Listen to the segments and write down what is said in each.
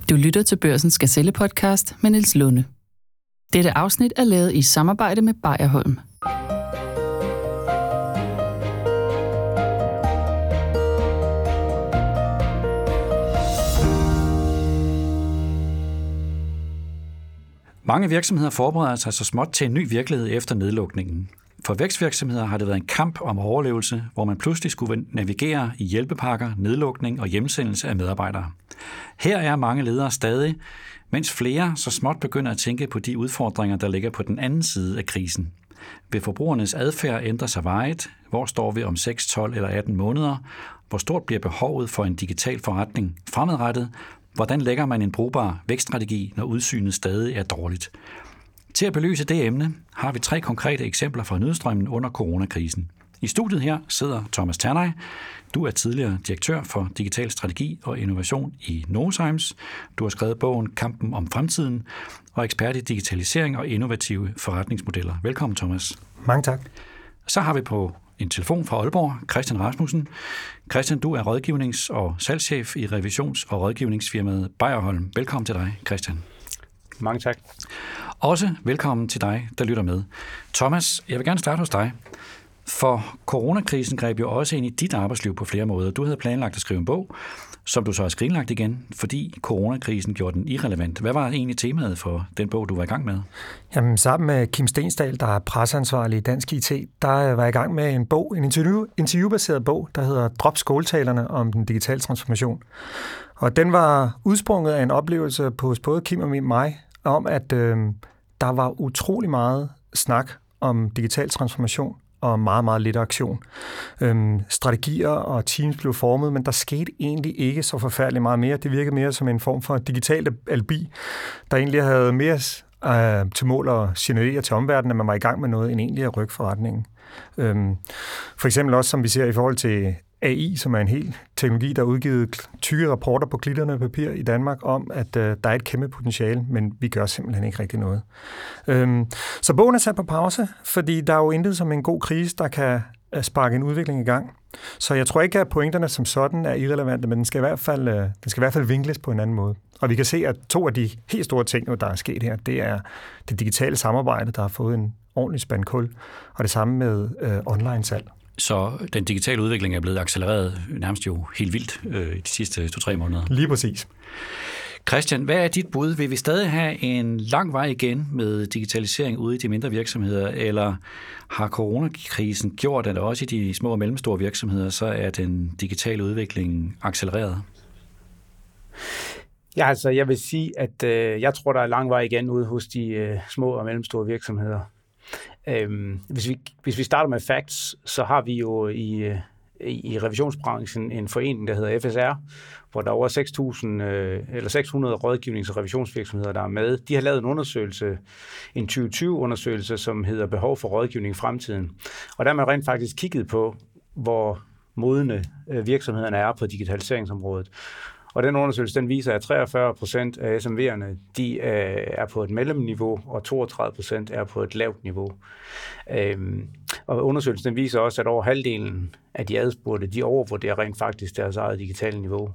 Du lytter til Børsens Gazelle-podcast med Niels Lunde. Dette afsnit er lavet i samarbejde med Bayerholm. Mange virksomheder forbereder sig så småt til en ny virkelighed efter nedlukningen. For vækstvirksomheder har det været en kamp om overlevelse, hvor man pludselig skulle navigere i hjælpepakker, nedlukning og hjemsendelse af medarbejdere. Her er mange ledere stadig, mens flere så småt begynder at tænke på de udfordringer, der ligger på den anden side af krisen. Vil forbrugernes adfærd ændre sig varigt? Hvor står vi om 6, 12 eller 18 måneder? Hvor stort bliver behovet for en digital forretning fremadrettet? Hvordan lægger man en brugbar vækststrategi, når udsynet stadig er dårligt? Til at belyse det emne har vi 3 konkrete eksempler fra nyhedsstrømmen under coronakrisen. I studiet her sidder Thomas Ternay. Du er tidligere direktør for digital strategi og innovation i Novozymes. Du har skrevet bogen Kampen om fremtiden og ekspert i digitalisering og innovative forretningsmodeller. Velkommen, Thomas. Mange tak. Så har vi på en telefon fra Aalborg, Christian Rasmussen. Christian, du er rådgivnings- og salgschef i revisions- og rådgivningsfirmaet Bayerholm. Velkommen til dig, Christian. Mange tak. Også velkommen til dig, der lytter med. Thomas, jeg vil gerne starte hos dig. For coronakrisen greb jo også ind i dit arbejdsliv på flere måder. Du havde planlagt at skrive en bog, som du så har skrinlagt igen, fordi coronakrisen gjorde den irrelevant. Hvad var egentlig temaet for den bog, du var i gang med? Jamen, sammen med Kim Stensdal, der er presseansvarlig i Dansk IT, der var jeg i gang med en bog, en interviewbaseret bog, der hedder Drop skåltalerne om den digitale transformation. Og den var udsprunget af en oplevelse hos både Kim og mig, om at der var utrolig meget snak om digital transformation og meget, meget lidt aktion. Strategier og teams blev formet, men der skete egentlig ikke så forfærdeligt meget mere. Det virkede mere som en form for digitalt alibi, der egentlig havde mere til mål at signalere til omverdenen, at man var i gang med noget, end egentlig at rykke forretningen. For eksempel også, som vi ser i forhold til AI, som er en hel teknologi, der har udgivet tykke rapporter på klitterne af papir i Danmark om, at der er et kæmpe potentiale, men vi gør simpelthen ikke rigtig noget. Så bogen er sat på pause, fordi der er jo intet som en god krise, der kan sparke en udvikling i gang. Så jeg tror ikke, at pointerne som sådan er irrelevante, men den skal i hvert fald vinkles på en anden måde. Og vi kan se, at 2 af de helt store ting, der er sket her, det er det digitale samarbejde, der har fået en ordentlig spand kul, og det samme med online-salg. Så den digitale udvikling er blevet accelereret nærmest jo helt vildt i de sidste 2-3 måneder. Lige præcis. Christian, hvad er dit bud? Vil vi stadig have en lang vej igen med digitalisering ude i de mindre virksomheder, eller har coronakrisen gjort, at også i de små og mellemstore virksomheder, så er den digitale udvikling accelereret? Ja, altså jeg vil sige, at jeg tror, der er lang vej igen ude hos de små og mellemstore virksomheder. Hvis vi starter med facts, så har vi jo i revisionsbranchen en forening, der hedder FSR, hvor der er over 600 rådgivnings- og revisionsvirksomheder, der er med. De har lavet en undersøgelse, en 2020-undersøgelse, som hedder Behov for rådgivning i fremtiden. Og der har man rent faktisk kigget på, hvor modne virksomhederne er på digitaliseringsområdet. Og den undersøgelse, den viser, at 43% af SMV'erne, de er på et mellemniveau, og 32% er på et lavt niveau. Og undersøgelsen, den viser også, at over halvdelen af de adspurgte, de overvurderer rent faktisk deres eget digitale niveau.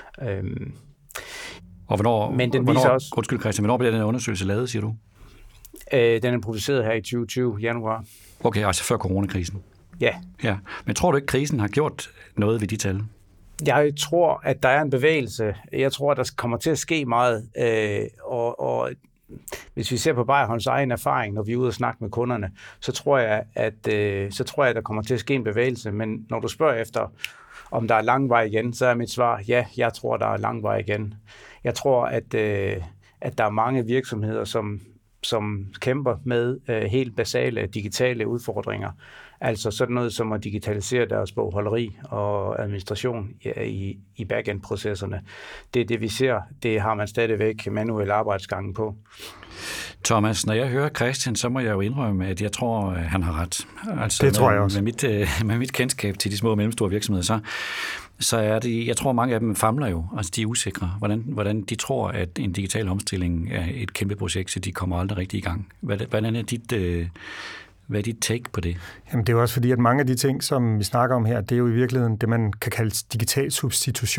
Og undskyld Christian, hvornår bliver den undersøgelse lavet, siger du? Den er produceret her i 2020, januar. Okay, altså før coronakrisen? Ja. Men tror du ikke, krisen har gjort noget ved de tal? Jeg tror, at der er en bevægelse. Jeg tror, at der kommer til at ske meget. Og hvis vi ser på Bayerholms egen erfaring, når vi er ude og snakke med kunderne, så tror jeg, at der kommer til at ske en bevægelse. Men når du spørger efter, om der er lang vej igen, så er mit svar, ja, jeg tror, der er lang vej igen. Jeg tror, at der er mange virksomheder, som kæmper med helt basale digitale udfordringer. Altså sådan noget som at digitalisere deres bogholderi og administration i backend-processerne. Det er det, vi ser. Det har man stadigvæk manuel arbejdsgangen på. Thomas, når jeg hører Christian, så må jeg jo indrømme, at jeg tror, han har ret. Altså, det tror jeg også. Med mit kendskab til de små og mellemstore virksomheder, så er det, jeg tror, mange af dem famler jo. Altså, de er usikre. Hvordan de tror, at en digital omstilling er et kæmpe projekt, så de kommer aldrig rigtig i gang. Hvordan er hvad er dit take på det? Jamen, det er jo også fordi, at mange af de ting, som vi snakker om her, det er jo i virkeligheden det, man kan kalde digital substitution.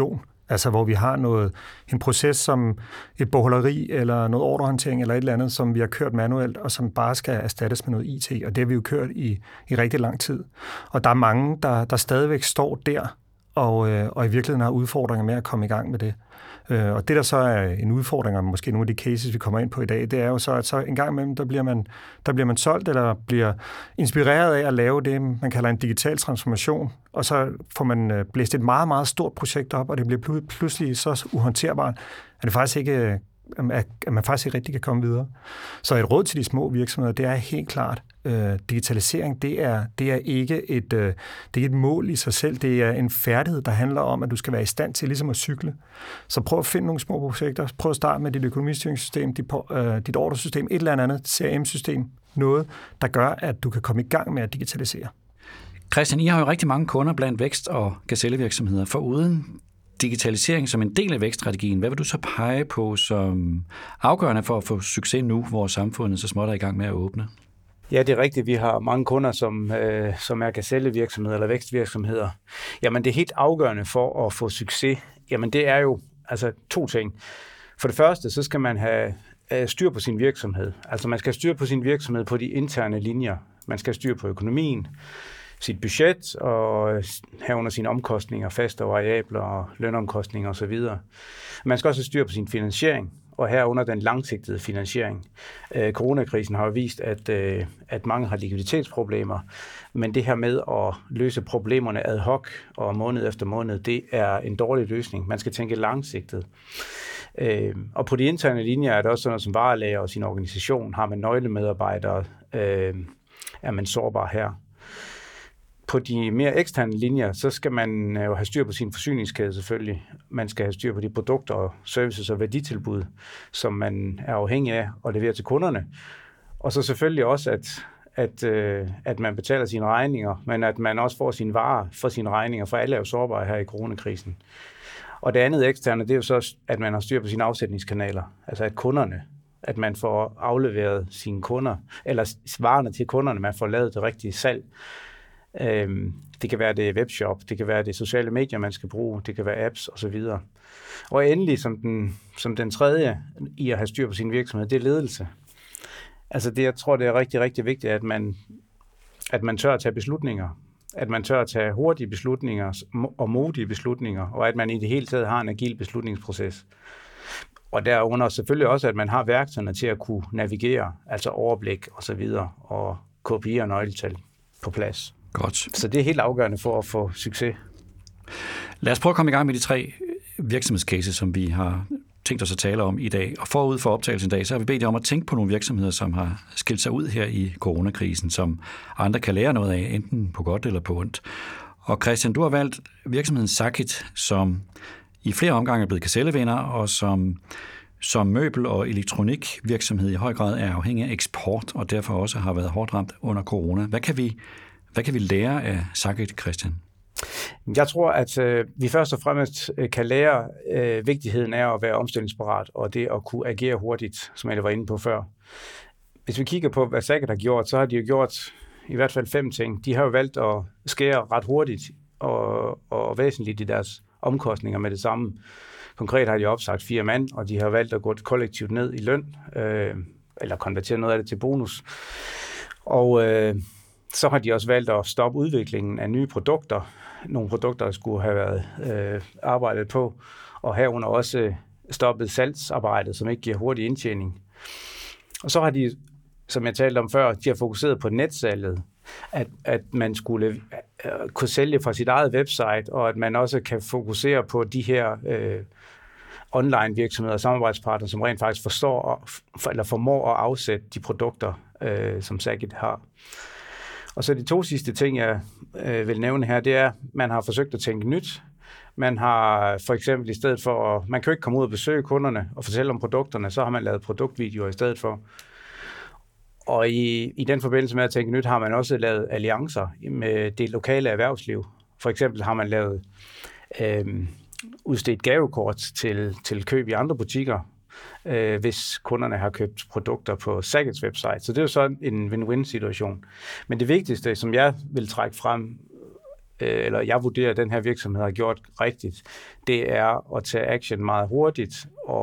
Altså hvor vi har en proces som et bogholderi eller noget ordrehåndtering eller et eller andet, som vi har kørt manuelt, og som bare skal erstattes med noget IT, og det har vi jo kørt i rigtig lang tid. Og der er mange, der stadigvæk står der, og i virkeligheden har udfordringer med at komme i gang med det. Og det, der så er en udfordring, og måske nogle af de cases, vi kommer ind på i dag, det er jo så, at så en gang imellem, der bliver man solgt, eller bliver inspireret af at lave det, man kalder en digital transformation, og så får man blæst et meget, meget stort projekt op, og det bliver pludselig så uhåndterbart, at det faktisk ikke at man faktisk ikke rigtig kan komme videre. Så et råd til de små virksomheder, det er helt klart, digitalisering, det er ikke et mål i sig selv, det er en færdighed, der handler om, at du skal være i stand til ligesom at cykle. Så prøv at finde nogle små projekter, prøv at starte med dit økonomistyringssystem, dit ordresystem, et eller andet CRM-system, noget, der gør, at du kan komme i gang med at digitalisere. Christian, I har jo rigtig mange kunder blandt vækst- og gazellevirksomheder. Foruden digitalisering som en del af vækststrategien, hvad vil du så pege på som afgørende for at få succes nu, hvor samfundet så småt er i gang med at åbne? Ja, det er rigtigt. Vi har mange kunder, som er gazellevirksomheder eller vækstvirksomheder. Jamen, det er helt afgørende for at få succes. Jamen, det er jo altså 2 ting. For det første, så skal man have styr på sin virksomhed. Altså, man skal have styr på sin virksomhed på de interne linjer. Man skal have styr på økonomien, sit budget og herunder sine omkostninger, faste og variabler og lønomkostninger osv. Man skal også have styr på sin finansiering, og herunder den langsigtede finansiering. Coronakrisen har jo vist, at mange har likviditetsproblemer, men det her med at løse problemerne ad hoc og måned efter måned, det er en dårlig løsning. Man skal tænke langsigtet. Og på de interne linjer er det også sådan noget som varelager og sin organisation. Har man nøglemedarbejdere, er man sårbar her. På de mere eksterne linjer, så skal man jo have styr på sin forsyningskæde selvfølgelig. Man skal have styr på de produkter og services og værditilbud, som man er afhængig af at levere til kunderne. Og så selvfølgelig også, at man betaler sine regninger, men at man også får sine varer for sine regninger, for alle er jo sårbare her i coronakrisen. Og det andet eksterne, det er jo så, at man har styr på sine afsætningskanaler, altså at kunderne, at man får afleveret sine kunder, eller varerne til kunderne, man får lavet det rigtige salg. Det kan være det webshop, det kan være det sociale medier, man skal bruge, det kan være apps osv. Og endelig, som den tredje i at have styr på sin virksomhed, det er ledelse. Altså jeg tror, det er rigtig, rigtig vigtigt, at man tør at tage beslutninger, at man tør at tage hurtige beslutninger og modige beslutninger, og at man i det hele taget har en agil beslutningsproces. Og derunder selvfølgelig også, at man har værktøjerne til at kunne navigere, altså overblik osv. og kopiere nøgletal på plads. Godt. Så det er helt afgørende for at få succes. Lad os prøve at komme i gang med de 3 virksomhedscases, som vi har tænkt os at tale om i dag. Og forud for optagelsen i dag, så har vi bedt jer om at tænke på nogle virksomheder, som har skilt sig ud her i coronakrisen, som andre kan lære noget af, enten på godt eller på ondt. Og Christian, du har valgt virksomheden Sakit, som i flere omgange er blevet gazellevinder, og som møbel- og elektronikvirksomhed i høj grad er afhængig af eksport, og derfor også har været hårdt ramt under corona. Hvad kan vi lære af Sakit, Christian? Jeg tror, at vi først og fremmest kan lære vigtigheden af at være omstillingsparat, og det at kunne agere hurtigt, som jeg var inde på før. Hvis vi kigger på, hvad Sakit har gjort, så har de jo gjort i hvert fald 5 ting. De har jo valgt at skære ret hurtigt og væsentligt i deres omkostninger med det samme. Konkret har de opsagt 4 mand, og de har valgt at gå kollektivt ned i løn, eller konvertere noget af det til bonus. Og så har de også valgt at stoppe udviklingen af nye produkter. Nogle produkter, der skulle have været arbejdet på, og herunder også stoppet salgsarbejdet, som ikke giver hurtig indtjening. Og så har de, som jeg talte om før, de har fokuseret på netsalget, at man skulle kunne sælge fra sit eget website, og at man også kan fokusere på de her online virksomheder og samarbejdspartnere, som rent faktisk formår at afsætte de produkter, som Sakit har. Og så de 2 sidste ting, jeg vil nævne her, det er, at man har forsøgt at tænke nyt. Man har for eksempel i stedet for, man kan jo ikke komme ud og besøge kunderne og fortælle om produkterne, så har man lavet produktvideoer i stedet for. Og i den forbindelse med at tænke nyt, har man også lavet alliancer med det lokale erhvervsliv. For eksempel har man lavet udstedt gavekort til køb i andre butikker, hvis kunderne har købt produkter på Sakits website. Så det er jo sådan en win-win situation. Men det vigtigste, som jeg vil trække frem eller jeg vurderer, at den her virksomhed har gjort rigtigt, det er at tage action meget hurtigt,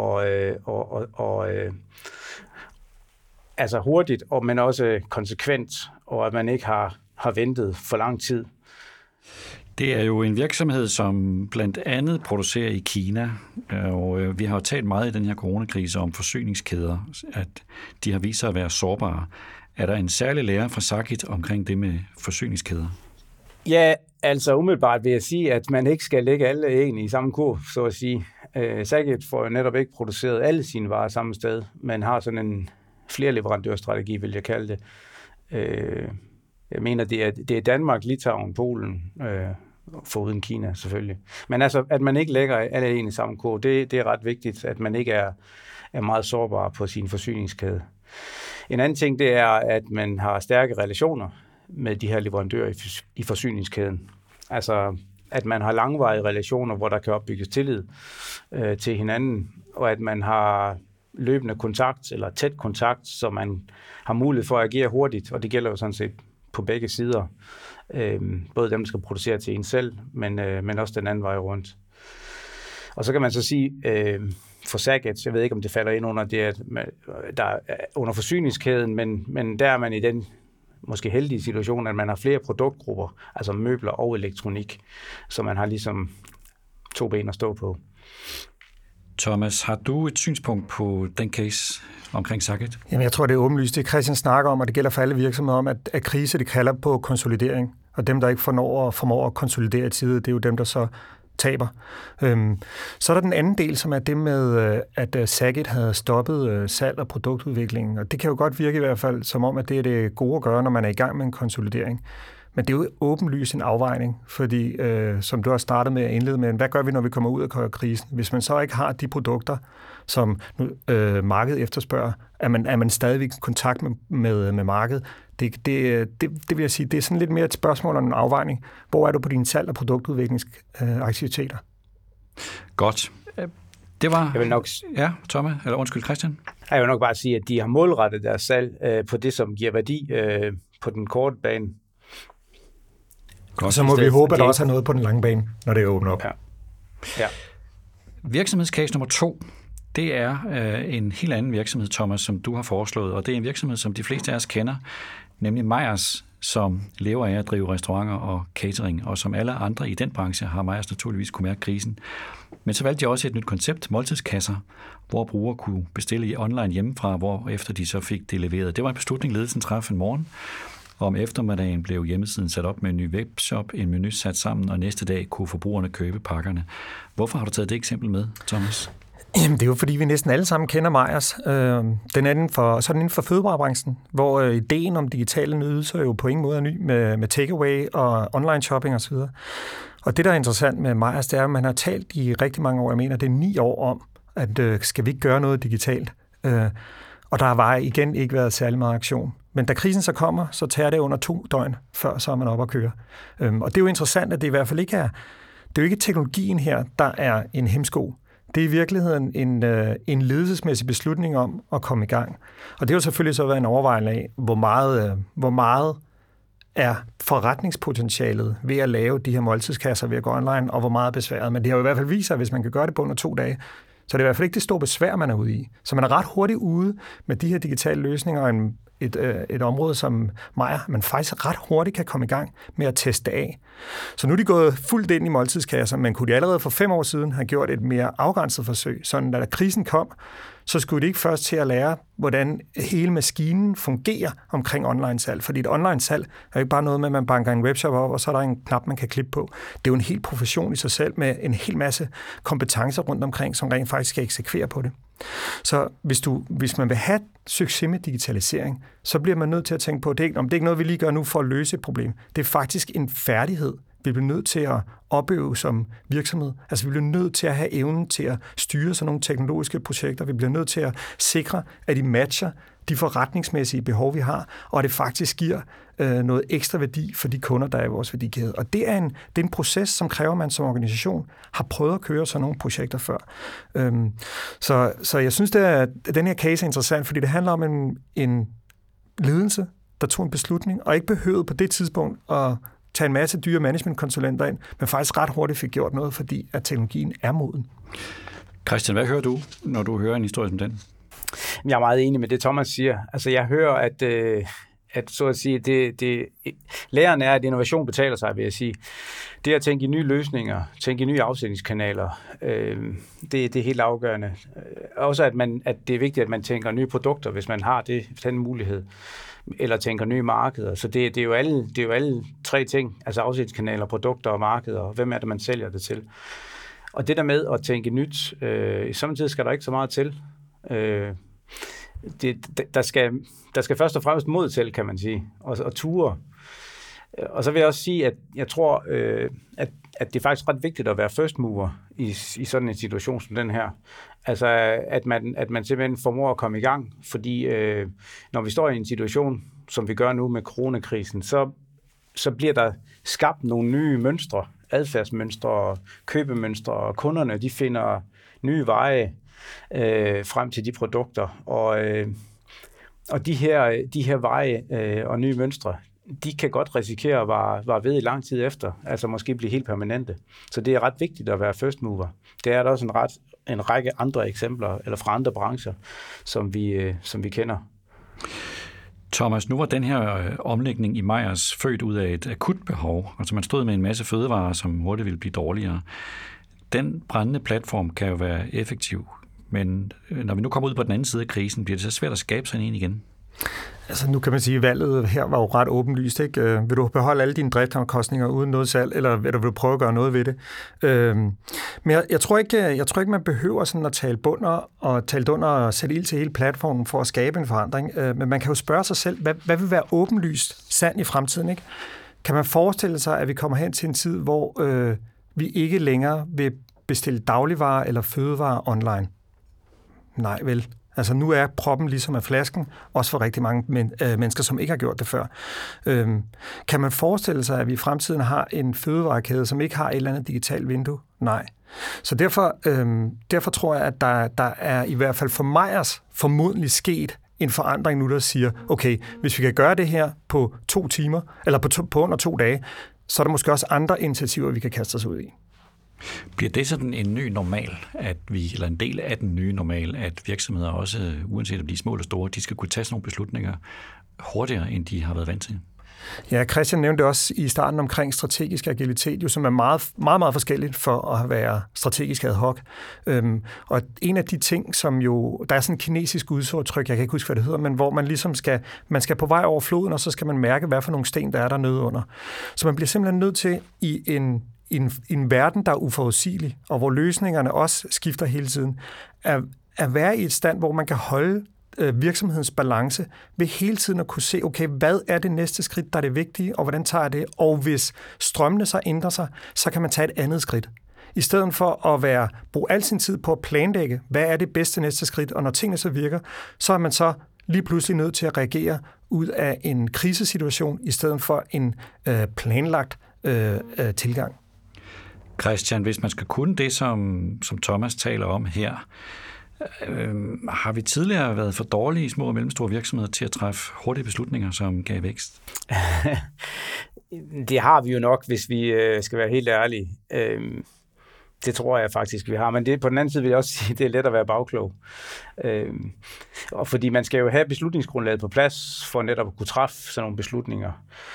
altså hurtigt, men også konsekvent, og at man ikke har ventet for lang tid. Det er jo en virksomhed, som blandt andet producerer i Kina, og vi har jo talt meget i den her coronakrise om forsyningskæder, at de har vist sig at være sårbare. Er der en særlig lære fra Sakit omkring det med forsyningskæder? Ja, altså umiddelbart vil jeg sige, at man ikke skal lægge alle æggene i samme kurv, så at sige. Sakit får jo netop ikke produceret alle sine varer samme sted, men har sådan en flerleverandørstrategi, vil jeg kalde det. Jeg mener, det er Danmark, Litauen, Polen, foruden Kina selvfølgelig. Men altså, at man ikke lægger alle æggene i samme kurv, det er ret vigtigt, at man ikke er meget sårbar på sin forsyningskæde. En anden ting, det er, at man har stærke relationer med de her leverandører i forsyningskæden. Altså, at man har langvarige relationer, hvor der kan opbygges tillid til hinanden, og at man har løbende kontakt, eller tæt kontakt, så man har mulighed for at agere hurtigt, og det gælder jo sådan set på begge sider. Både dem, der skal producere til en selv, men også den anden vej rundt. Og så kan man så sige, for Sakit, jeg ved ikke, om det falder ind under det, at der er under forsyningskæden, men der er man i den måske heldige situation, at man har flere produktgrupper, altså møbler og elektronik, så man har ligesom 2 ben at stå på. Thomas, har du et synspunkt på den case omkring Sakit? Jamen, jeg tror, det er åbenlyst. Det Christian snakker om, og det gælder for alle virksomheder om, at krise, det kalder på konsolidering. Og dem, der ikke formår at konsolidere i tide, det er jo dem, der så taber. Så er der den anden del, som er det med, at Sakit havde stoppet salg og produktudviklingen. Og det kan jo godt virke i hvert fald som om, at det er det gode at gøre, når man er i gang med en konsolidering. Men det er jo åbenlyst en afvejning, fordi som du har startet med at indlede med, hvad gør vi, når vi kommer ud af krisen? Hvis man så ikke har de produkter, som markedet efterspørger, er man stadigvæk i kontakt med markedet. Det vil jeg sige, det er sådan lidt mere et spørgsmål om en afvejning. Hvor er du på dine salg- og produktudviklingsaktiviteter? Godt. Det var... Jeg vil nok... Ja, Thomas, eller undskyld, Christian. Jeg vil nok bare sige, at de har målrettet deres salg på det, som giver værdi på den korte bane. Og så må vi håbe, at der også er noget på den lange bane, når det åbner op. Ja. Virksomhedscase nummer 2, det er en helt anden virksomhed, Thomas, som du har foreslået, og det er en virksomhed, som de fleste af os kender, nemlig Meyers, som lever af at drive restauranter og catering, og som alle andre i den branche har Meyers naturligvis kunne mærke krisen. Men så valgte de også et nyt koncept, måltidskasser, hvor brugere kunne bestille online hjemmefra, hvor efter de så fik det leveret. Det var en beslutning, ledelsen traf en morgen, og om eftermiddagen blev hjemmesiden sat op med en ny webshop, en menu sat sammen, og næste dag kunne forbrugerne købe pakkerne. Hvorfor har du taget det eksempel med, Thomas? Jamen, det er jo fordi, vi næsten alle sammen kender Meyers. Den er inden for fødevarebranchen, hvor ideen om digitale ydelser jo på ingen måde er ny med takeaway og online shopping osv. Og det, der er interessant med Meyers, det er, at man har talt i rigtig mange år, jeg mener, det er 9 år om, at skal vi ikke gøre noget digitalt? Og der har igen ikke været særlig meget aktion. Men da krisen så kommer, så tager det under 2 døgn, før så er man op at køre. Og det er jo interessant, at det i hvert fald ikke er, det er jo ikke teknologien her, der er en hæmsko. Det er i virkeligheden en ledelsesmæssig beslutning om at komme i gang. Og det har jo selvfølgelig så været en overvejelse af, hvor meget er forretningspotentialet ved at lave de her måltidskasser ved at gå online, og hvor meget er besværet. Men det har jo i hvert fald vist sig, at hvis man kan gøre det på under 2 dage, så det er i hvert fald ikke det store besvær, man er ude i. Så man er ret hurtigt ude med de her digitale løsninger, og et område som Meyer, man faktisk ret hurtigt kan komme i gang med at teste af. Så nu er de gået fuldt ind i måltidskasser, men kunne de allerede for 5 år siden have gjort et mere afgrænset forsøg, sådan da krisen kom, så skulle de ikke først til at lære, hvordan hele maskinen fungerer omkring online-salg. Fordi et online-salg er jo ikke bare noget med, at man banker en webshop op, og så er der en knap, man kan klippe på. Det er jo en hel profession i sig selv, med en hel masse kompetencer rundt omkring, som rent faktisk skal eksekvere på det. Så hvis man vil have succes med digitalisering, så bliver man nødt til at tænke på, at det er ikke noget, vi lige gør nu for at løse et problem. Det er faktisk en færdighed, vi bliver nødt til at opøve som virksomhed. Altså vi bliver nødt til at have evnen til at styre sådan nogle teknologiske projekter. Vi bliver nødt til at sikre, at de matcher de forretningsmæssige behov, vi har, og at det faktisk giver noget ekstra værdi for de kunder, der er i vores værdikæde. Og det er en proces, som kræver, at man som organisation har prøvet at køre sådan nogle projekter før. Så jeg synes, at den her case er interessant, fordi det handler om en ledelse, der tog en beslutning, og ikke behøvede på det tidspunkt at tage en masse dyre managementkonsulenter ind, men faktisk ret hurtigt fik gjort noget, fordi at teknologien er moden. Christian, hvad hører du, når du hører en historie som den? Jeg er meget enig med det, Thomas siger. Altså, jeg hører, at så at sige, læren er, at innovation betaler sig, vil jeg sige. Det at tænke i nye løsninger, tænke i nye afsætningskanaler, det er helt afgørende. Også at det er vigtigt, at man tænker nye produkter, hvis man har den mulighed, eller tænker nye markeder. Så det er jo alle tre ting, altså afsætningskanaler, produkter og markeder, og hvem er det, man sælger det til. Og det der med at tænke nyt, samtidig skal der ikke så meget til. Der skal først og fremmest mod til, kan man sige, og ture. Og så vil jeg også sige, at jeg tror, at det er faktisk ret vigtigt at være first mover i sådan en situation som den her. Altså, at man simpelthen formår at komme i gang, fordi når vi står i en situation, som vi gør nu med coronakrisen, så bliver der skabt nogle nye mønstre, adfærdsmønstre, købemønstre, og kunderne, de finder nye veje frem til de produkter. Og de her veje og nye mønstre, de kan godt risikere at vare ved i lang tid efter, altså måske blive helt permanente. Så det er ret vigtigt at være first mover. Det er der også en række andre eksempler, eller fra andre brancher, som vi kender. Thomas, nu var den her omlægning i Meyers født ud af et akut behov. Altså man stod med en masse fødevarer, som hurtigt ville blive dårligere. Den brændende platform kan jo være effektiv, men når vi nu kommer ud på den anden side af krisen, bliver det så svært at skabe sådan en igen? Altså nu kan man sige, at valget her var jo ret åbenlyst, ikke? Vil du beholde alle dine driftsomkostninger uden noget salg, eller vil du prøve at gøre noget ved det? Men jeg tror ikke, man behøver sådan at tale dunder og sætte ild til hele platformen for at skabe en forandring. Men man kan jo spørge sig selv, hvad vil være åbenlyst sand i fremtiden, ikke? Kan man forestille sig, at vi kommer hen til en tid, hvor vi ikke længere vil bestille dagligvarer eller fødevarer online? Nej, vel. Altså nu er proppen ligesom af flasken, også for rigtig mange mennesker, som ikke har gjort det før. Kan man forestille sig, at vi i fremtiden har en fødevarekæde, som ikke har et eller andet digitalt vindue? Nej. Så derfor tror jeg, at der er i hvert fald for Meyers formodentlig sket en forandring nu, der siger, okay, hvis vi kan gøre det her på 2 timer, eller på under 2 dage, så er der måske også andre initiativer, vi kan kaste os ud i. Bliver det sådan en ny normal, eller en del af den nye normal, at virksomheder også, uanset om de er små eller store, de skal kunne tage sådan nogle beslutninger hurtigere, end de har været vant til? Ja, Christian nævnte også i starten omkring strategisk agilitet, jo, som er meget, meget, meget forskelligt for at være strategisk ad hoc. Og en af de ting, som jo, der er sådan en kinesisk udtryk, jeg kan ikke huske, hvad det hedder, men hvor man ligesom man skal på vej over floden, og så skal man mærke, hvad for nogle sten, der er der nede under. Så man bliver simpelthen nødt til i en verden, der er uforudsigelig, og hvor løsningerne også skifter hele tiden, at være i et stand, hvor man kan holde virksomhedens balance ved hele tiden at kunne se, okay, hvad er det næste skridt, der er det vigtige, og hvordan tager jeg det? Og hvis strømmene så ændrer sig, så kan man tage et andet skridt. I stedet for at bruge al sin tid på at planlægge, hvad er det bedste næste skridt, og når tingene så virker, så er man så lige pludselig nødt til at reagere ud af en krisesituation, i stedet for en planlagt tilgang. Christian, hvis man skal kunne det, som Thomas taler om her, har vi tidligere været for dårlige i små og mellemstore virksomheder til at træffe hurtige beslutninger, som gav vækst? Det har vi jo nok, hvis vi skal være helt ærlige. Det tror jeg faktisk, vi har. Men det, på den anden side vil jeg også sige, at det er let at være bagklog. Og fordi man skal jo have beslutningsgrundlaget på plads, for netop at kunne træffe sådan nogle beslutninger.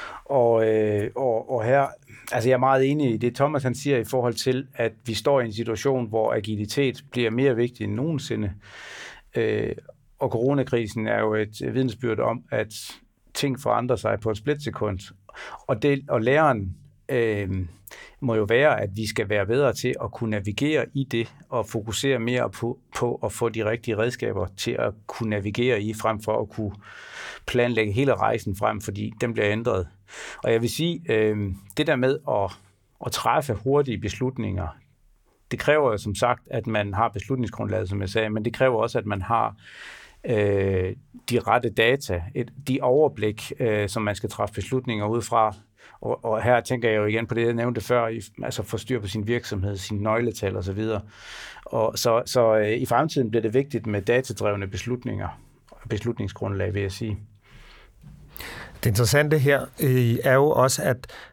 Og her, altså jeg er meget enig i det, Thomas han siger i forhold til, at vi står i en situation, hvor agilitet bliver mere vigtig end nogensinde. Og coronakrisen er jo et vidnesbyrd om, at ting forandrer sig på et splitsekund. Og læren må jo være, at vi skal være bedre til at kunne navigere i det, og fokusere mere på at få de rigtige redskaber til at kunne navigere i, frem for at kunne planlægge hele rejsen frem, fordi den bliver ændret. Og jeg vil sige, det der med at træffe hurtige beslutninger, det kræver jo som sagt, at man har beslutningsgrundlaget, som jeg sagde, men det kræver også, at man har de rette data, de overblik, som man skal træffe beslutninger ud fra. Og her tænker jeg jo igen på det, jeg nævnte før, altså få styr på sin virksomhed, sine nøgletal og så videre. Og så i fremtiden bliver det vigtigt med datadrevne beslutninger, beslutningsgrundlag, vil jeg sige. Det interessante her er jo også,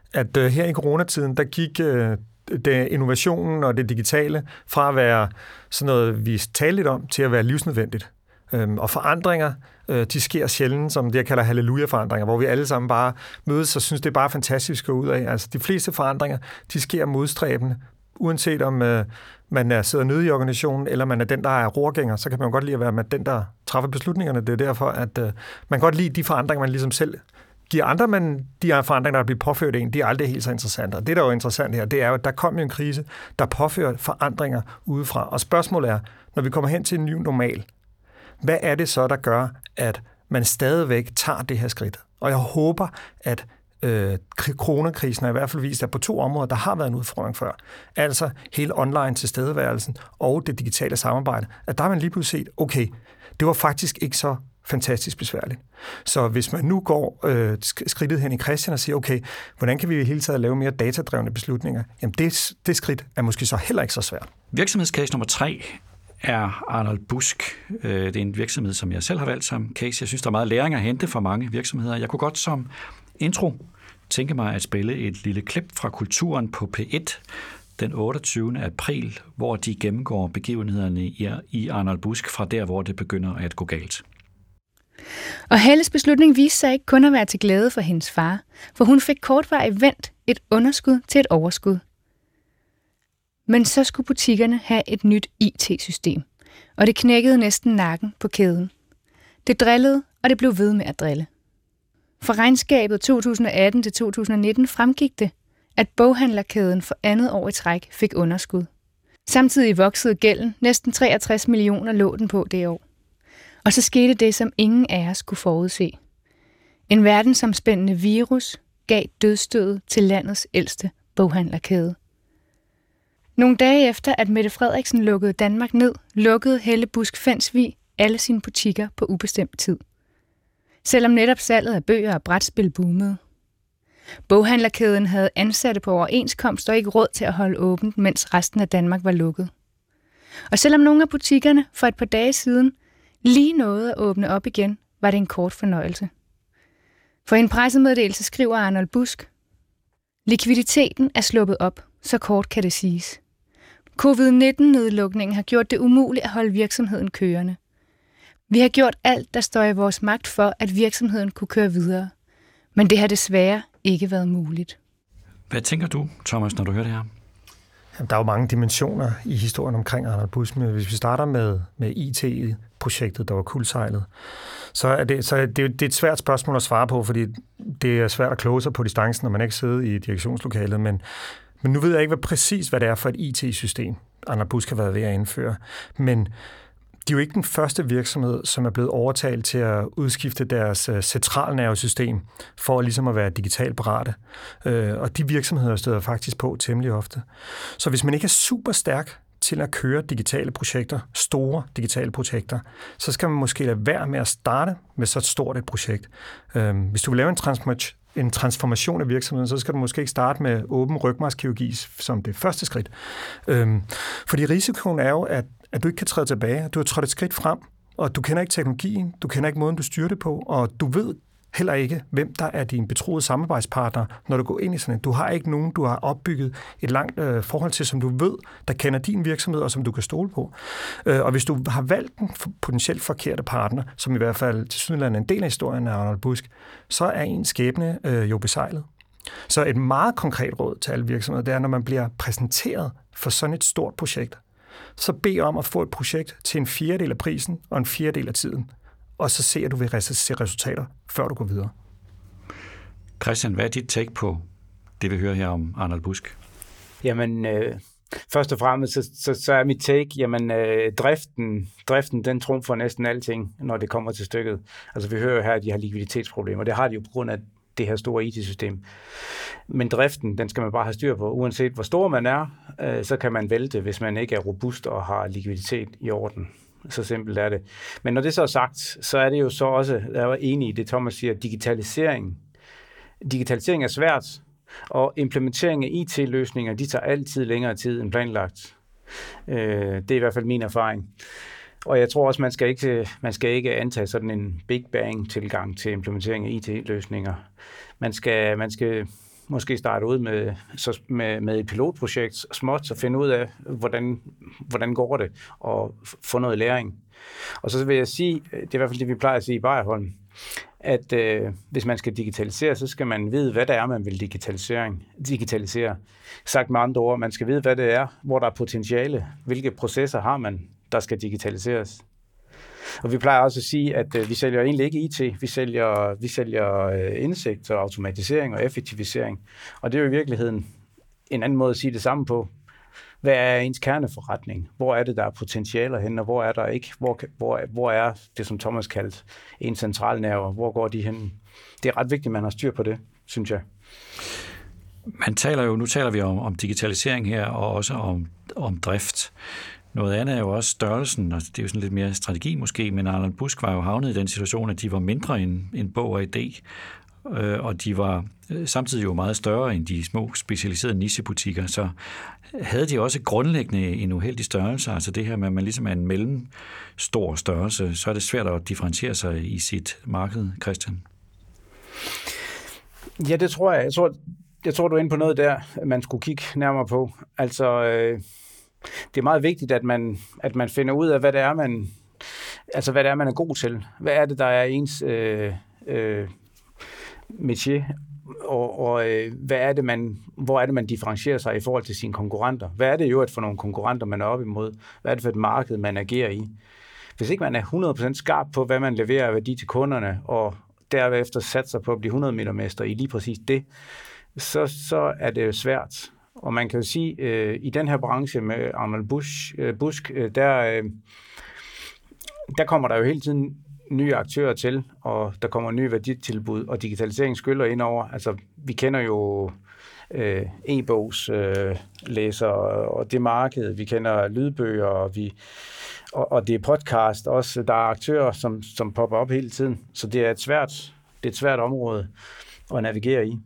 at her i coronatiden, der gik innovationen og det digitale fra at være sådan noget, vi talte lidt om, til at være livsnødvendigt. Og forandringer, de sker sjældent, som det jeg kalder halleluja-forandringer, hvor vi alle sammen bare mødes og synes, det er bare fantastisk at gå ud af. Altså de fleste forandringer, de sker modstræbende, uanset om man sidder nede i organisationen, eller man er den, der er rorgænger, så kan man jo godt lide at være med den, der træffer beslutningerne. Det er derfor, at man godt lide de forandringer, man ligesom selv giver andre, men de her forandringer, der bliver påført en, de er aldrig helt så interessante. Og det, der er jo interessant her, det er jo, at der kom jo en krise, der påfører forandringer udefra. Og spørgsmålet er, når vi kommer hen til en ny normal, hvad er det så, der gør, at man stadigvæk tager det her skridt? Og jeg håber, at coronakrisen har i hvert fald vist, at på 2 områder, der har været en udfordring før. Altså hele online tilstedeværelsen og det digitale samarbejde. At der har man lige pludselig set, okay, det var faktisk ikke så fantastisk besværligt. Så hvis man nu går skridtet hen i Christian og siger, okay, hvordan kan vi i hele taget lave mere datadrevne beslutninger? Jamen det skridt er måske så heller ikke så svært. Virksomhedscase nummer 3 er Arnold Busk. Det er en virksomhed, som jeg selv har valgt som case. Jeg synes, der er meget læring at hente for mange virksomheder. Jeg kunne godt som intro tænke mig at spille et lille klip fra Kulturen på P1 den 28. april, hvor de gennemgår begivenhederne i Arnold Busk fra der, hvor det begynder at gå galt. Og Helles beslutning viste sig ikke kun at være til glæde for hendes far, for hun fik kortvarigt vendt et underskud til et overskud. Men så skulle butikkerne have et nyt IT-system, og det knækkede næsten nakken på kæden. Det drillede, og det blev ved med at drille. For regnskabet 2018 til 2019 fremgik det, at boghandlerkæden for andet år i træk fik underskud. Samtidig voksede gælden, næsten 63 millioner lå den på det år. Og så skete det, som ingen af os kunne forudse. En verdensomspændende virus gav dødsstødet til landets ældste boghandlerkæde. Nogle dage efter, at Mette Frederiksen lukkede Danmark ned, lukkede Helle Busk Fensvig alle sine butikker på ubestemt tid. Selvom netop salget af bøger og brætspil boomede. Boghandlerkæden havde ansatte på overenskomst og ikke råd til at holde åbent, mens resten af Danmark var lukket. Og selvom nogle af butikkerne for et par dage siden lige nåede at åbne op igen, var det en kort fornøjelse. For i en pressemeddelelse skriver Arnold Busk: likviditeten er sluppet op, så kort kan det siges. Covid-19-nedlukningen har gjort det umuligt at holde virksomheden kørende. Vi har gjort alt, der står i vores magt for, at virksomheden kunne køre videre. Men det har desværre ikke været muligt. Hvad tænker du, Thomas, når du hører det her? Jamen, der er jo mange dimensioner i historien omkring Arnold Busk, men hvis vi starter med IT-projektet, der var kuldsejlet, så er det et svært spørgsmål at svare på, fordi det er svært at kloge sig på distancen, når man ikke sidder i direktionslokalet, men nu ved jeg ikke præcis, hvad det er for et IT-system, Arnold Busk har været ved at indføre, men de er jo ikke den første virksomhed, som er blevet overtalt til at udskifte deres centralnervesystem for ligesom at være digitalt parate. Og de virksomheder støder faktisk på temmelig ofte. Så hvis man ikke er super stærk til at køre digitale projekter, store digitale projekter, så skal man måske lade være med at starte med så stort et projekt. Hvis du vil lave en transformation af virksomheden, så skal du måske ikke starte med åben rygmarvskirurgi som det første skridt. Fordi risikoen er jo, at du ikke kan træde tilbage. Du har trådt et skridt frem, og du kender ikke teknologien, du kender ikke måden, du styrer det på, og du ved heller ikke, hvem der er din betroede samarbejdspartner, når du går ind i sådan en. Du har ikke nogen, du har opbygget et langt forhold til, som du ved, der kender din virksomhed, og som du kan stole på. Og hvis du har valgt en potentielt forkerte partner, som i hvert fald til Sydland er en del af historien af Arnold Busk, så er ens skæbne jo besejlet. Så et meget konkret råd til alle virksomheder, det er, når man bliver præsenteret for sådan et stort projekt, så bed om at få et projekt til 1/4 af prisen og 1/4 af tiden. Og så ser du vil se resultater, før du går videre. Christian, hvad er dit take på det, vi hører her om Arnold Busk? Jamen, først og fremmest, så er mit take, jamen, driften, den trumfer næsten alting, når det kommer til stykket. Altså, vi hører jo her, at de har likviditetsproblemer. Det har de jo på grund af det her store IT-system. Men driften, den skal man bare have styr på. Uanset hvor stor man er, så kan man vælte, hvis man ikke er robust og har likviditet i orden. Så simpelt er det. Men når det så er sagt, så er det jo så også, jeg er enig i det, Thomas siger, digitalisering. Digitalisering er svært, og implementering af IT-løsninger, de tager altid længere tid end planlagt. Det er i hvert fald min erfaring. Og jeg tror også, man skal ikke antage sådan en big bang tilgang til implementering af IT-løsninger. Man skal måske starte ud med et pilotprojekt småt, så finde ud af, hvordan går det, og få noget læring. Og så vil jeg sige, det er i hvert fald det, vi plejer at sige i Bayerholm, at hvis man skal digitalisere, så skal man vide, hvad det er, man vil digitalisere. Sagt med andre ord, man skal vide, hvad det er, hvor der er potentiale, hvilke processer har man, der skal digitaliseres. Og vi plejer også at sige, at vi sælger egentlig ikke IT, vi sælger indsigt og automatisering og effektivisering. Og det er jo i virkeligheden en anden måde at sige det samme på. Hvad er ens kerneforretning? Hvor er det, der er potentialer hen, og hvor er der ikke? Hvor er det, som Thomas kaldte en centralnerve? Hvor går de hen? Det er ret vigtigt, at man har styr på det, synes jeg. Nu taler vi om digitalisering her, og også om drift. Noget andet er jo også størrelsen, og det er jo sådan lidt mere strategi måske, men Arnold Busk var jo havnet i den situation, at de var mindre end Bog og ID, og de var samtidig jo meget større end de små specialiserede nichebutikker, så havde de også grundlæggende en uheldig størrelse, altså det her med, at man ligesom er en mellemstor størrelse, så er det svært at differentiere sig i sit marked, Christian. Ja, det tror jeg. Jeg tror, du er inde på noget der, man skulle kigge nærmere på. Altså, det er meget vigtigt, at man finder ud af, hvad det er, man er god til. Hvad er det, der er ens métier, og hvor er det, man differentierer sig i forhold til sine konkurrenter? Hvad er det jo for nogle konkurrenter, man er op imod? Hvad er det for et marked, man agerer i? Hvis ikke man er 100% skarp på, hvad man leverer af værdi til kunderne, og derefter satser på at blive 100 meter mester i lige præcis det, så er det jo svært. Og man kan jo sige, i den her branche med Arnold Busk, der kommer der jo hele tiden nye aktører til, og der kommer nye værditilbud, og digitalisering skyller ind over. Altså, vi kender jo e-bogslæser og det marked, vi kender lydbøger, og det er podcast også. Der er aktører, som popper op hele tiden, så det er et svært område at navigere i.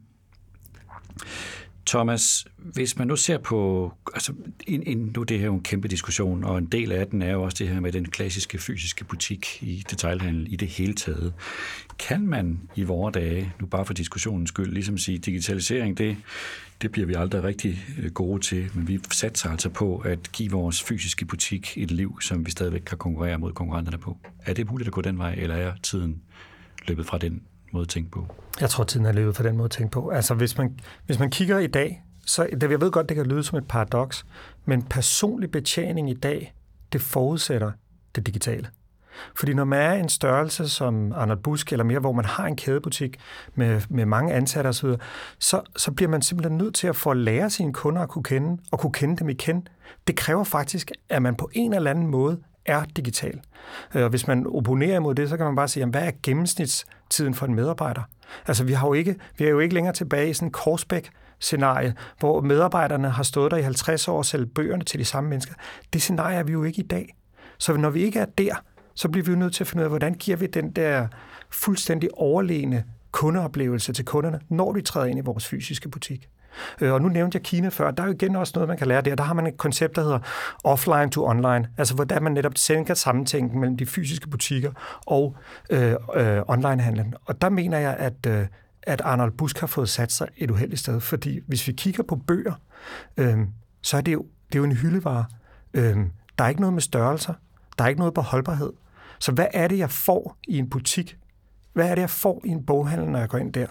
Thomas, hvis man nu ser på, altså nu det her jo en kæmpe diskussion, og en del af den er jo også det her med den klassiske fysiske butik i detailhandel i det hele taget. Kan man i vore dage, nu bare for diskussionens skyld, ligesom sige, digitalisering, det bliver vi aldrig rigtig gode til, men vi satser altså på at give vores fysiske butik et liv, som vi stadigvæk kan konkurrere mod konkurrenterne på. Er det muligt at gå den vej, eller er tiden løbet fra den måde at tænke på? Jeg tror, tiden er løbet fra den måde at tænke på. Altså, hvis man kigger i dag, så jeg ved godt, det kan lyde som et paradoks, men personlig betjening i dag, det forudsætter det digitale. Fordi når man er en størrelse som Arnold Busk, eller mere, hvor man har en kædebutik med mange ansatte osv., så bliver man simpelthen nødt til at få at lære sine kunder at kunne kende, og kunne kende dem igen. Det kræver faktisk, at man på en eller anden måde er digital. Og hvis man opponerer imod det, så kan man bare sige, jamen, hvad er gennemsnitstiden for en medarbejder? Altså, vi er jo ikke længere tilbage i sådan en Korsbæk-scenarie, hvor medarbejderne har stået der i 50 år og sælgt bøgerne til de samme mennesker. Det scenarie er vi jo ikke i dag. Så når vi ikke er der, så bliver vi jo nødt til at finde ud af, hvordan giver vi den der fuldstændig overlegne kundeoplevelse til kunderne, når de træder ind i vores fysiske butik. Og nu nævnte jeg Kina før. Der er jo igen også noget, man kan lære der. Der har man et koncept, der hedder offline to online. Altså, hvordan man netop sænker sammentænken mellem de fysiske butikker og onlinehandlen. Og der mener jeg, at Arnold Busk har fået sat sig et uheldigt sted. Fordi hvis vi kigger på bøger, så er det jo en hyldevare. Der er ikke noget med størrelser. Der er ikke noget på holdbarhed. Så hvad er det, jeg får i en butik? Hvad er det, jeg får i en boghandel, når jeg går ind der?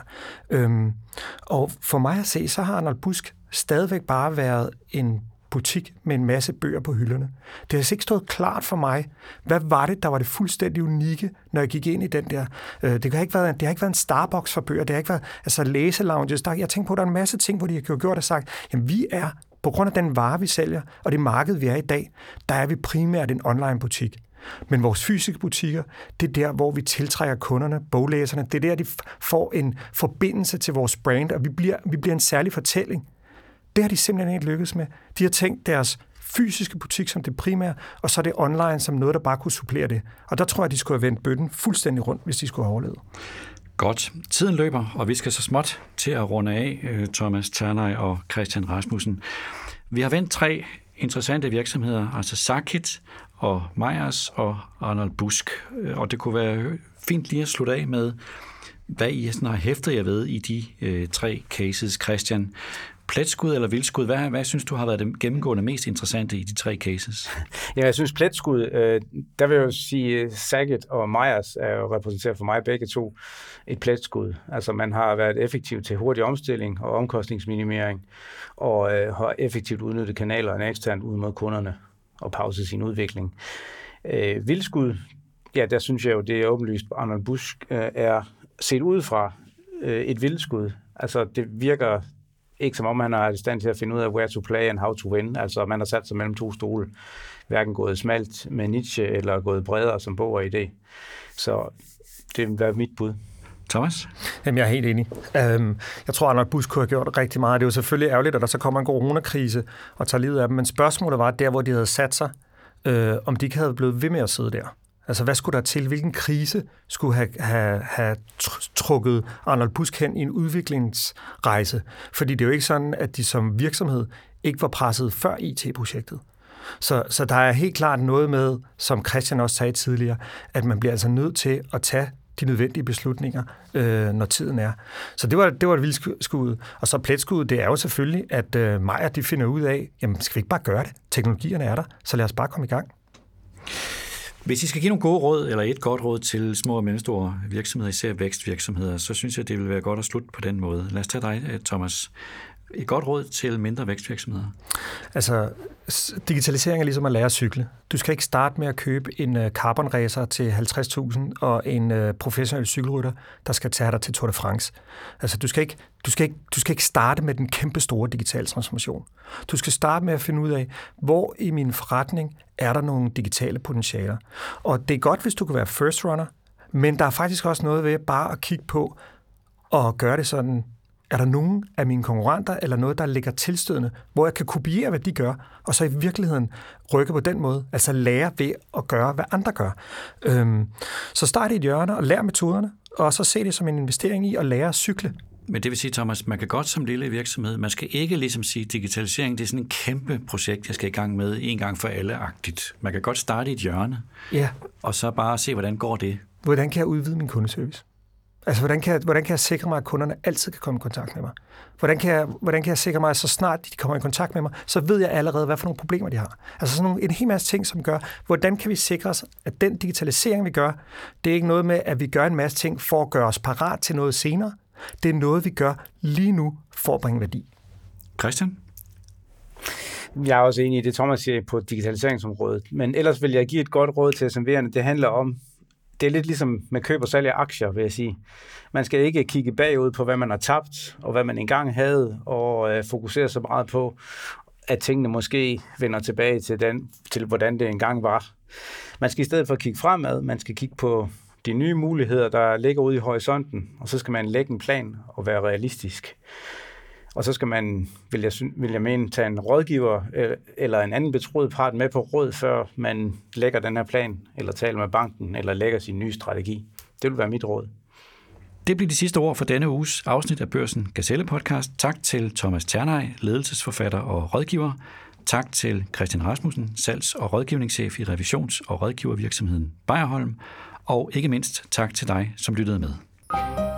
Og for mig at se, så har Arnold Busk stadigvæk bare været en butik med en masse bøger på hylderne. Det har altså ikke stået klart for mig, hvad var det, der var det fuldstændig unikke, når jeg gik ind i den der. Det har ikke været en Starbucks for bøger, det har ikke været læselounges. Jeg tænkte på, at der er en masse ting, hvor de har gjort og sagt, jamen vi er, på grund af den vare, vi sælger, og det marked, vi er i dag, der er vi primært en online butik. Men vores fysiske butikker, det er der, hvor vi tiltrækker kunderne, boglæserne. Det er der, de får en forbindelse til vores brand, og vi bliver en særlig fortælling. Det har de simpelthen ikke lykkes med. De har tænkt deres fysiske butik som det primære, og så er det online som noget, der bare kunne supplere det. Og der tror jeg, de skulle have vendt bøtten fuldstændig rundt, hvis de skulle have overlevet. Godt. Tiden løber, og vi skal så småt til at runde af, Thomas Ternay og Christian Rasmussen. Vi har vendt 3 interessante virksomheder, altså Sakit og Meyers og Arnold Busk. Og det kunne være fint lige at slutte af med, hvad I sådan har hæftet jer ved i de 3 cases, Christian. Pletskud eller vildskud, hvad synes du har været det gennemgående mest interessante i de 3 cases? Ja, jeg synes pletskud, der vil jeg jo sige, Saget og Myers er jo repræsenteret for mig begge to et pletskud. Altså man har været effektiv til hurtig omstilling og omkostningsminimering, og har effektivt udnyttet kanalerne eksternt ud mod kunderne og pauset sin udvikling. Vildskud, ja, der synes jeg jo, det er åbenlyst, Arnold Busch er set ud fra et vildskud. Altså det virker ikke som om han er i stand til at finde ud af where to play and how to win. Altså man har sat sig mellem 2 stole. Hverken gået smalt med Nietzsche eller gået bredere som Bog og idé. Så det vil være mit bud. Thomas? Jamen, jeg er helt enig. Jeg tror, Arnold Busch kunne have gjort rigtig meget. Det er jo selvfølgelig ærgerligt, at der så kommer en coronakrise og tager livet af dem. Men spørgsmålet var, der hvor de havde sat sig, om de ikke havde blevet ved med at sidde der. Altså, hvad skulle der til? Hvilken krise skulle have trukket Arnold Busch hen i en udviklingsrejse? Fordi det er jo ikke sådan, at de som virksomhed ikke var presset før IT-projektet. Så der er helt klart noget med, som Christian også sagde tidligere, at man bliver altså nødt til at tage de nødvendige beslutninger, når tiden er. Så det var et vildskud. Og så pletskud, det er jo selvfølgelig, at Meyer, de finder ud af, jamen skal vi ikke bare gøre det? Teknologierne er der, så lad os bare komme i gang. Hvis I skal give nogle gode råd, eller et godt råd til små og mellemstore virksomheder, især vækstvirksomheder, så synes jeg, det vil være godt at slutte på den måde. Lad os tage dig, Thomas. Et godt råd til mindre vækstvirksomheder? Altså, digitalisering er ligesom at lære at cykle. Du skal ikke starte med at købe en carbon racer til 50.000 og en professionel cykelrytter, der skal tage dig til Tour de France. Altså, du skal ikke starte med den kæmpe store digitale transformation. Du skal starte med at finde ud af, hvor i min forretning er der nogle digitale potentialer. Og det er godt, hvis du kan være first runner, men der er faktisk også noget ved bare at kigge på og gøre det sådan. Er der nogen af mine konkurrenter, eller noget, der ligger tilstødende, hvor jeg kan kopiere, hvad de gør, og så i virkeligheden rykke på den måde, altså lære ved at gøre, hvad andre gør. Så start i et hjørne og lær metoderne, og så se det som en investering i at lære at cykle. Men det vil sige, Thomas, man kan godt som lille virksomhed, man skal ikke ligesom sige, digitalisering, det er sådan en kæmpe projekt, jeg skal i gang med, en gang for alle-agtigt. Man kan godt starte i et hjørne, ja, og så bare se, hvordan går det. Hvordan kan jeg udvide min kundeservice? Altså, hvordan kan jeg sikre mig, at kunderne altid kan komme i kontakt med mig? Hvordan kan jeg sikre mig, at så snart de kommer i kontakt med mig, så ved jeg allerede, hvad for nogle problemer de har? Altså sådan en hel masse ting, som gør, hvordan kan vi sikre os, at den digitalisering, vi gør, det er ikke noget med, at vi gør en masse ting for at gøre os parat til noget senere. Det er noget, vi gør lige nu for at bringe værdi. Christian? Jeg er også enig i det, Thomas siger på digitaliseringsområdet. Men ellers vil jeg give et godt råd til SMV'erne. Det handler om, det er lidt ligesom med køb og salg af aktier, vil jeg sige. Man skal ikke kigge bagud på, hvad man har tabt, og hvad man engang havde, og fokusere så meget på, at tingene måske vender tilbage til hvordan det engang var. Man skal i stedet for kigge fremad, man skal kigge på de nye muligheder, der ligger ude i horisonten, og så skal man lægge en plan og være realistisk. Og så skal man, vil jeg mene, tage en rådgiver eller en anden betroet part med på råd, før man lægger den her plan, eller taler med banken, eller lægger sin nye strategi. Det vil være mit råd. Det bliver de sidste ord for denne uges afsnit af Børsen Gazelle Podcast. Tak til Thomas Ternay, ledelsesforfatter og rådgiver. Tak til Christian Rasmussen, salgs- og rådgivningschef i revisions- og rådgivervirksomheden Beierholm. Og ikke mindst tak til dig, som lyttede med.